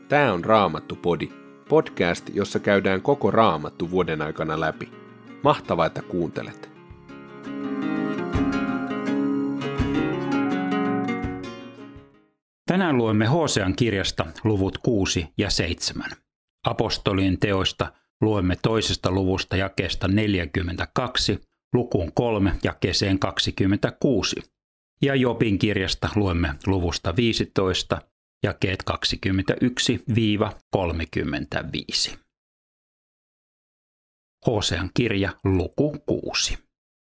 Tää on Raamattu-podi, podcast, jossa käydään koko Raamattu vuoden aikana läpi. Mahtavaa, että kuuntelet! Tänään luemme Hosean kirjasta luvut 6 ja 7. Apostolien teoista luemme toisesta luvusta jakeesta 42, lukuun 3 jakeeseen 26. Ja Jobin kirjasta luemme luvusta 15, jakeet 21-35. Hosean kirja luku 6.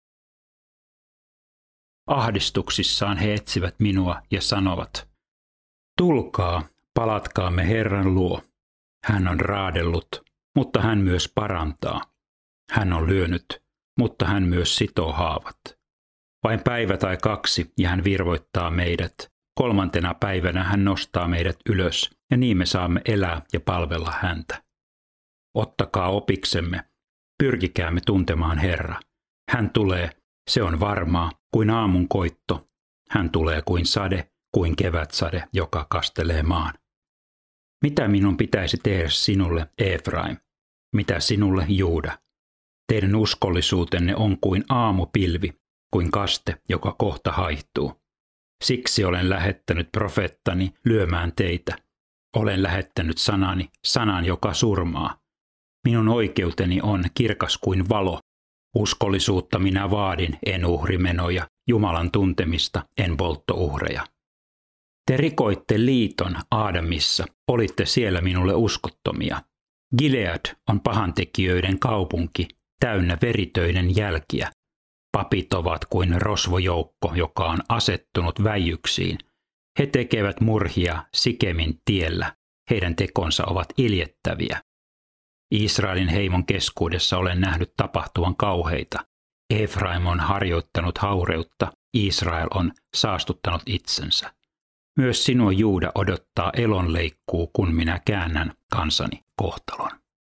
Ahdistuksissaan he etsivät minua ja sanovat, tulkaa, palatkaamme Herran luo. Hän on raadellut, mutta hän myös parantaa. Hän on lyönyt, mutta hän myös sitoo haavat. Vain päivä tai kaksi ja hän virvoittaa meidät. 3. päivänä hän nostaa meidät ylös ja niin me saamme elää ja palvella häntä. Ottakaa opiksemme, pyrkikäämme tuntemaan Herra. Hän tulee, se on varmaa, kuin aamun koitto. Hän tulee kuin sade, kuin kevätsade, joka kastelee maan. Mitä minun pitäisi tehdä sinulle, Efraim? Mitä sinulle, Juuda? Teidän uskollisuutenne on kuin aamupilvi, kuin kaste, joka kohta haihtuu. Siksi olen lähettänyt profeettani lyömään teitä. Olen lähettänyt sanani, sanan, joka surmaa. Minun oikeuteni on kirkas kuin valo. Uskollisuutta minä vaadin, en uhrimenoja, Jumalan tuntemista, en polttouhreja. Te rikoitte liiton Aadamissa, olitte siellä minulle uskottomia. Gilead on pahantekijöiden kaupunki, täynnä veritöiden jälkiä. Papit ovat kuin rosvojoukko, joka on asettunut väijyksiin. He tekevät murhia Sikemin tiellä. Heidän tekonsa ovat iljettäviä. Israelin heimon keskuudessa olen nähnyt tapahtuvan kauheita. Efraim on harjoittanut haureutta, Israel on saastuttanut itsensä. Myös sinua, Juuda, odottaa elonleikkuu, kun minä käännän kansani kohtalon.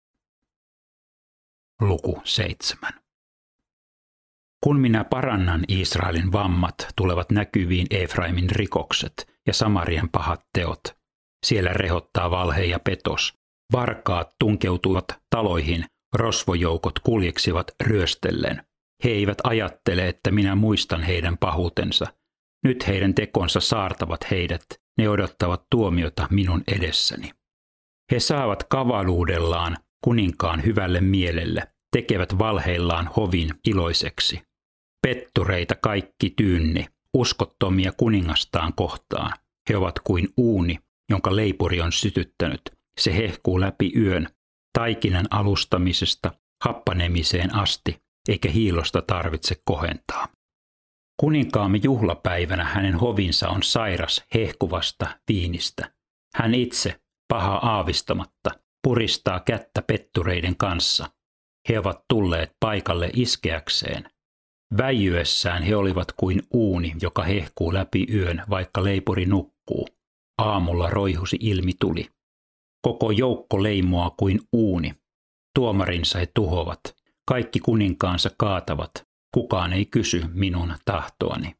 Luku 7. Kun minä parannan Israelin vammat, tulevat näkyviin Efraimin rikokset ja Samarian pahat teot. Siellä rehottaa valhe ja petos. Varkaat tunkeutuvat taloihin, rosvojoukot kuljeksivat ryöstellen. He eivät ajattele, että minä muistan heidän pahuutensa. Nyt heidän tekonsa saartavat heidät, ne odottavat tuomiota minun edessäni. He saavat kavaluudellaan kuninkaan hyvälle mielelle, tekevät valheillaan hovin iloiseksi. Pettureita kaikki tyynni, uskottomia kuningastaan kohtaan. He ovat kuin uuni, jonka leipuri on sytyttänyt. Se hehkuu läpi yön, taikinan alustamisesta happanemiseen asti, eikä hiilosta tarvitse kohentaa. Kuninkaamme juhlapäivänä hänen hovinsa on sairas hehkuvasta viinistä. Hän itse, paha aavistamatta, puristaa kättä pettureiden kanssa. He ovat tulleet paikalle iskeäkseen. Väijyessään he olivat kuin uuni, joka hehkuu läpi yön, vaikka leipuri nukkuu. Aamulla roihusi ilmi tuli. Koko joukko leimuaa kuin uuni. Tuomarinsa he tuhovat. Kaikki kuninkaansa kaatavat. Kukaan ei kysy minun tahtoani.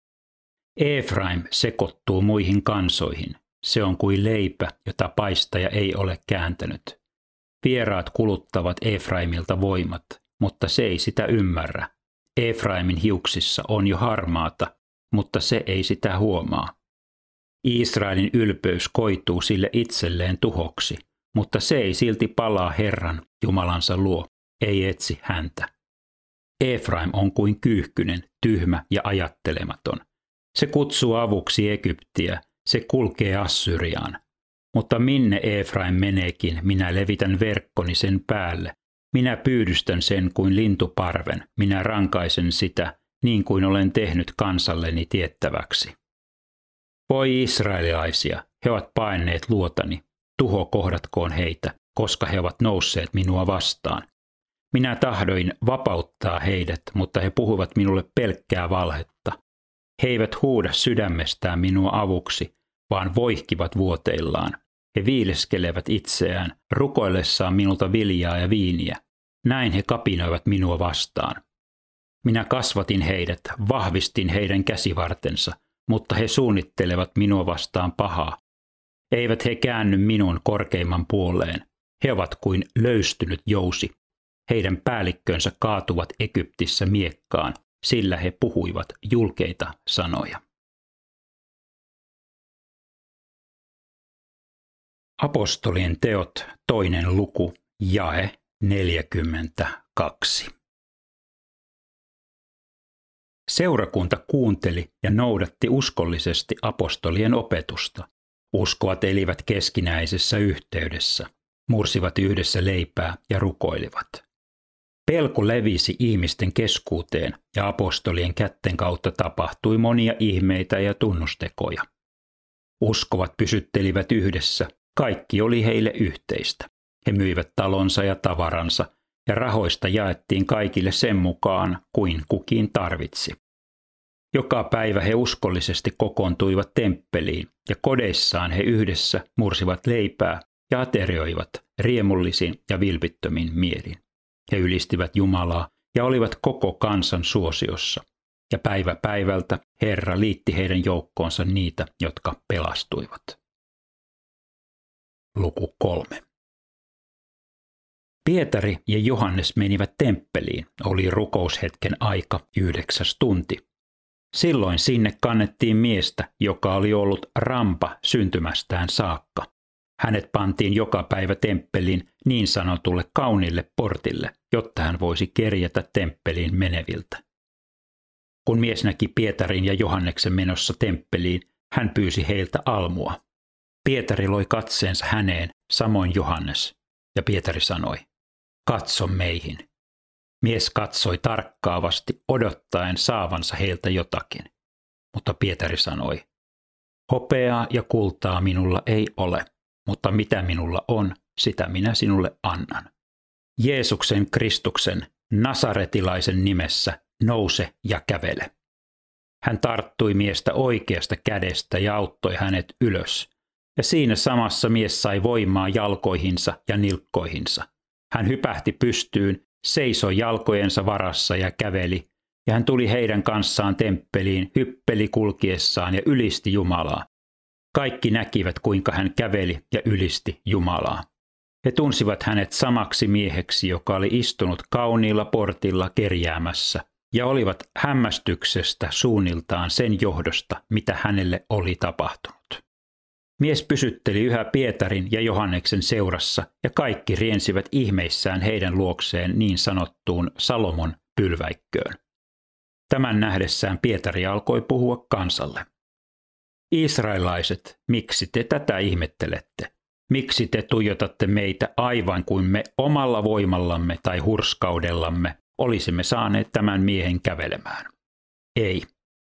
Efraim sekoittuu muihin kansoihin. Se on kuin leipä, jota paistaja ei ole kääntänyt. Vieraat kuluttavat Efraimilta voimat, mutta se ei sitä ymmärrä. Efraimin hiuksissa on jo harmaata, mutta se ei sitä huomaa. Israelin ylpeys koituu sille itselleen tuhoksi, mutta se ei silti palaa Herran, Jumalansa luo, ei etsi häntä. Efraim on kuin kyyhkynen, tyhmä ja ajattelematon. Se kutsuu avuksi Egyptiä, se kulkee Assyriaan. Mutta minne Efraim meneekin, minä levitän verkkoni sen päälle. Minä pyydystän sen kuin lintuparven, minä rankaisen sitä, niin kuin olen tehnyt kansalleni tiettäväksi. Voi israelilaisia, he ovat paenneet luotani, tuho kohdatkoon heitä, koska he ovat nousseet minua vastaan. Minä tahdoin vapauttaa heidät, mutta he puhuvat minulle pelkkää valhetta. He eivät huuda sydämestään minua avuksi, vaan voihkivat vuoteillaan. He viileskelevät itseään, rukoillessaan minulta viljaa ja viiniä. Näin he kapinoivat minua vastaan. Minä kasvatin heidät, vahvistin heidän käsivartensa, mutta he suunnittelevat minua vastaan pahaa. Eivät he käänny minun korkeimman puoleen. He ovat kuin löystynyt jousi. Heidän päällikkönsä kaatuvat Egyptissä miekkaan, sillä he puhuivat julkeita sanoja. Apostolien teot, 2. luku, jae 42. Seurakunta kuunteli ja noudatti uskollisesti apostolien opetusta. Uskovat elivät keskinäisessä yhteydessä, mursivat yhdessä leipää ja rukoilivat. Pelko levisi ihmisten keskuuteen ja apostolien kätten kautta tapahtui monia ihmeitä ja tunnustekoja. Uskovat pysyttelivät yhdessä, kaikki oli heille yhteistä. He myivät talonsa ja tavaransa ja rahoista jaettiin kaikille sen mukaan kuin kukin tarvitsi. Joka päivä he uskollisesti kokoontuivat temppeliin ja kodeissaan he yhdessä mursivat leipää ja aterioivat riemullisin ja vilpittömin mielin. He ylistivät Jumalaa ja olivat koko kansan suosiossa. Ja päivä päivältä Herra liitti heidän joukkoonsa niitä, jotka pelastuivat. Luku 3. Pietari ja Johannes menivät temppeliin. Oli rukoushetken aika 9. tunti. Silloin sinne kannettiin miestä, joka oli ollut rampa syntymästään saakka. Hänet pantiin joka päivä temppelin niin sanotulle kauniille portille, jotta hän voisi kerjätä temppeliin meneviltä. Kun mies näki Pietarin ja Johanneksen menossa temppeliin, hän pyysi heiltä almua. Pietari loi katseensa häneen, samoin Johannes, ja Pietari sanoi, katso meihin. Mies katsoi tarkkaavasti, odottaen saavansa heiltä jotakin. Mutta Pietari sanoi, hopeaa ja kultaa minulla ei ole, mutta mitä minulla on, sitä minä sinulle annan. Jeesuksen Kristuksen, nasaretilaisen nimessä, nouse ja kävele. Hän tarttui miestä oikeasta kädestä ja auttoi hänet ylös. Ja siinä samassa mies sai voimaa jalkoihinsa ja nilkkoihinsa. Hän hypähti pystyyn, seisoi jalkojensa varassa ja käveli, ja hän tuli heidän kanssaan temppeliin, hyppeli kulkiessaan ja ylisti Jumalaa. Kaikki näkivät, kuinka hän käveli ja ylisti Jumalaa. He tunsivat hänet samaksi mieheksi, joka oli istunut kauniilla portilla kerjäämässä, ja olivat hämmästyksestä suunniltaan sen johdosta, mitä hänelle oli tapahtunut. Mies pysytteli yhä Pietarin ja Johanneksen seurassa, ja kaikki riensivät ihmeissään heidän luokseen niin sanottuun Salomon pylväikköön. Tämän nähdessään Pietari alkoi puhua kansalle. Israelaiset, miksi te tätä ihmettelette? Miksi te tuijotatte meitä aivan kuin me omalla voimallamme tai hurskaudellamme olisimme saaneet tämän miehen kävelemään? Ei.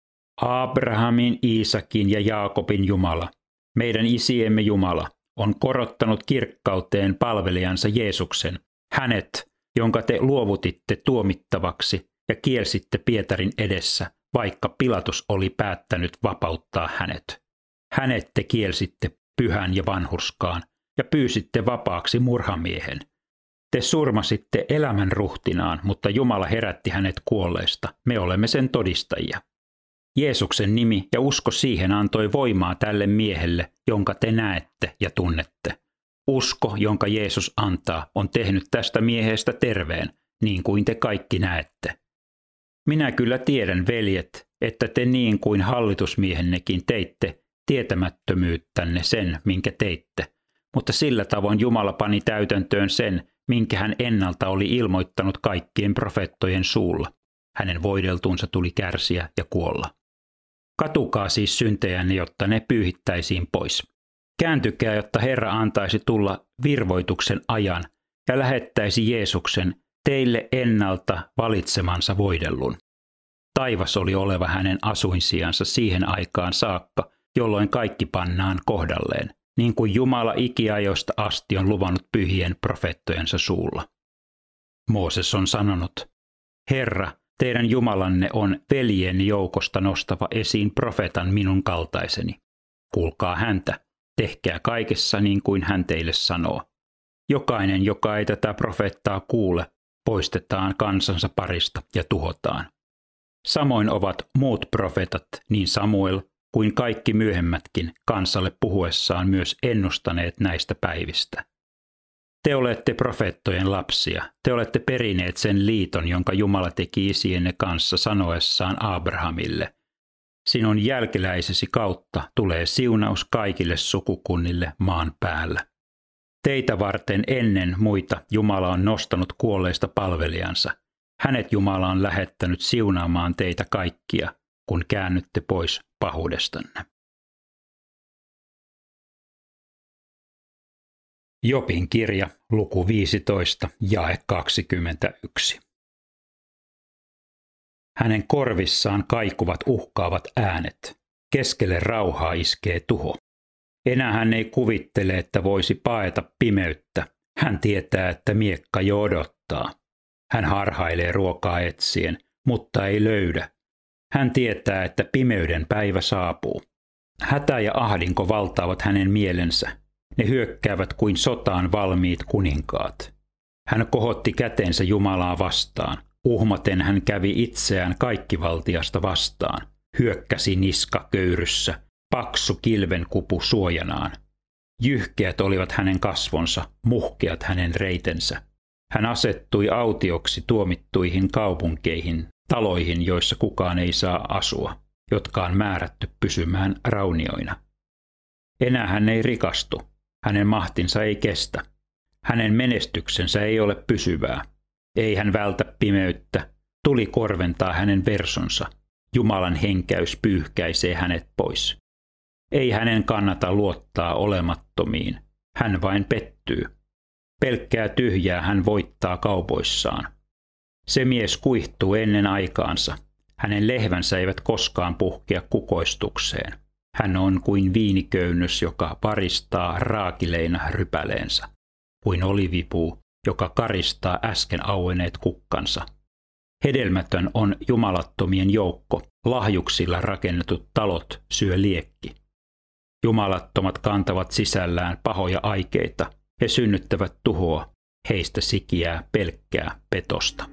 Abrahamin, Iisakin ja Jaakobin Jumala, meidän isiemme Jumala, on korottanut kirkkauteen palvelijansa Jeesuksen, hänet, jonka te luovutitte tuomittavaksi ja kielsitte Pietarin edessä, vaikka Pilatus oli päättänyt vapauttaa hänet. Hänet te kielsitte pyhän ja vanhurskaan ja pyysitte vapaaksi murhamiehen. Te surmasitte elämän ruhtinaan, mutta Jumala herätti hänet kuolleista. Me olemme sen todistajia. Jeesuksen nimi ja usko siihen antoi voimaa tälle miehelle, jonka te näette ja tunnette. Usko, jonka Jeesus antaa, on tehnyt tästä miehestä terveen, niin kuin te kaikki näette. Minä kyllä tiedän, veljet, että te niin kuin hallitusmiehennekin teitte tietämättömyyttänne sen, minkä teitte, mutta sillä tavoin Jumala pani täytäntöön sen, minkä hän ennalta oli ilmoittanut kaikkien profeettojen suulla. Hänen voideltuunsa tuli kärsiä ja kuolla. Katukaa siis syntejänne, jotta ne pyyhittäisiin pois. Kääntykää, jotta Herra antaisi tulla virvoituksen ajan ja lähettäisi Jeesuksen teille ennalta valitsemansa voidellun. Taivas oli oleva hänen asuinsijansa siihen aikaan saakka, jolloin kaikki pannaan kohdalleen, niin kuin Jumala ikiajoista asti on luvannut pyhien profeettojensa suulla. Mooses on sanonut, Herra, teidän Jumalanne on veljen joukosta nostava esiin profeetan minun kaltaiseni. Kuulkaa häntä, tehkää kaikessa niin kuin hän teille sanoo. Jokainen, joka ei tätä profeettaa kuule, poistetaan kansansa parista ja tuhotaan. Samoin ovat muut profeetat, niin Samuel kuin kaikki myöhemmätkin kansalle puhuessaan myös ennustaneet näistä päivistä. Te olette profeettojen lapsia, te olette perineet sen liiton, jonka Jumala teki isienne kanssa sanoessaan Abrahamille. Sinun jälkeläisesi kautta tulee siunaus kaikille sukukunnille maan päällä. Teitä varten ennen muita Jumala on nostanut kuolleista palvelijansa. Hänet Jumala on lähettänyt siunaamaan teitä kaikkia, kun käännytte pois pahuudestanne. Jobin kirja, luku 15, jae 21. Hänen korvissaan kaikuvat uhkaavat äänet. Keskelle rauhaa iskee tuho. Enää hän ei kuvittele, että voisi paeta pimeyttä. Hän tietää, että miekka jo odottaa. Hän harhailee ruokaa etsien, mutta ei löydä. Hän tietää, että pimeyden päivä saapuu. Hätä ja ahdinko valtaavat hänen mielensä. Ne hyökkäävät kuin sotaan valmiit kuninkaat. Hän kohotti kätensä Jumalaa vastaan. Uhmaten hän kävi itseään kaikkivaltiasta vastaan. Hyökkäsi niska köyryssä, paksu kilvenkupu suojanaan. Jyhkeät olivat hänen kasvonsa, muhkeat hänen reitensä. Hän asettui autioksi tuomittuihin kaupunkeihin, taloihin, joissa kukaan ei saa asua, jotka on määrätty pysymään raunioina. Enää hän ei rikastu, hänen mahtinsa ei kestä. Hänen menestyksensä ei ole pysyvää. Ei hän vältä pimeyttä, tuli korventaa hänen versonsa. Jumalan henkäys pyyhkäisee hänet pois. Ei hänen kannata luottaa olemattomiin, hän vain pettyy. Pelkkää tyhjää hän voittaa kaupoissaan. Se mies kuihtuu ennen aikaansa. Hänen lehvänsä eivät koskaan puhkea kukoistukseen. Hän on kuin viiniköynnös, joka paristaa raakileina rypäleensä. Kuin olivipuu, joka karistaa äsken auenneet kukkansa. Hedelmätön on jumalattomien joukko, lahjuksilla rakennetut talot syö liekki. Jumalattomat kantavat sisällään pahoja aikeita, he synnyttävät tuhoa, heistä sikiää pelkkää petosta.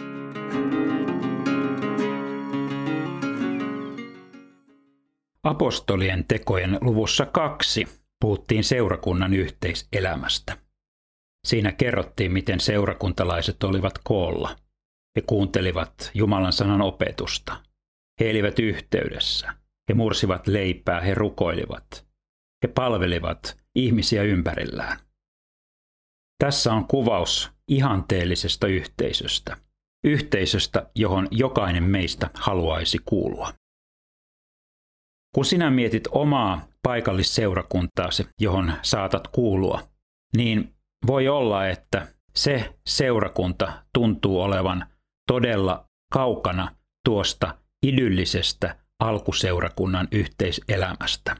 Apostolien tekojen luvussa 2 puhuttiin seurakunnan yhteiselämästä. Siinä kerrottiin, miten seurakuntalaiset olivat koolla. He kuuntelivat Jumalan sanan opetusta. He elivät yhteydessä. He mursivat leipää, he rukoilivat. He palvelivat ihmisiä ympärillään. Tässä on kuvaus ihanteellisesta yhteisöstä. Yhteisöstä, johon jokainen meistä haluaisi kuulua. Kun sinä mietit omaa paikallisseurakuntaasi, johon saatat kuulua, niin voi olla, että se seurakunta tuntuu olevan todella kaukana tuosta idyllisestä alkuseurakunnan yhteiselämästä.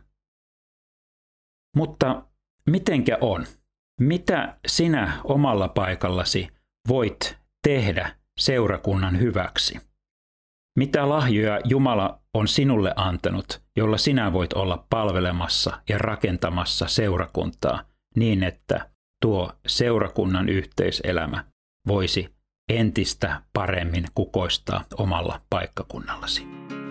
Mutta mitenkä on? Mitä sinä omalla paikallasi voit tehdä seurakunnan hyväksi? Mitä lahjoja Jumala on sinulle antanut, jolla sinä voit olla palvelemassa ja rakentamassa seurakuntaa niin, että tuo seurakunnan yhteiselämä voisi entistä paremmin kukoistaa omalla paikkakunnallasi?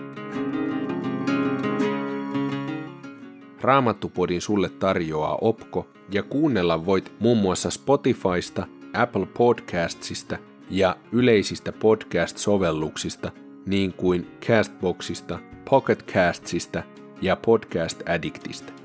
Raamattupodin sulle tarjoaa Opko ja kuunnella voit muun muassa Spotifysta, Apple Podcastsista ja yleisistä podcast-sovelluksista niin kuin Castboxista, Pocket Castsista ja Podcast Addictista.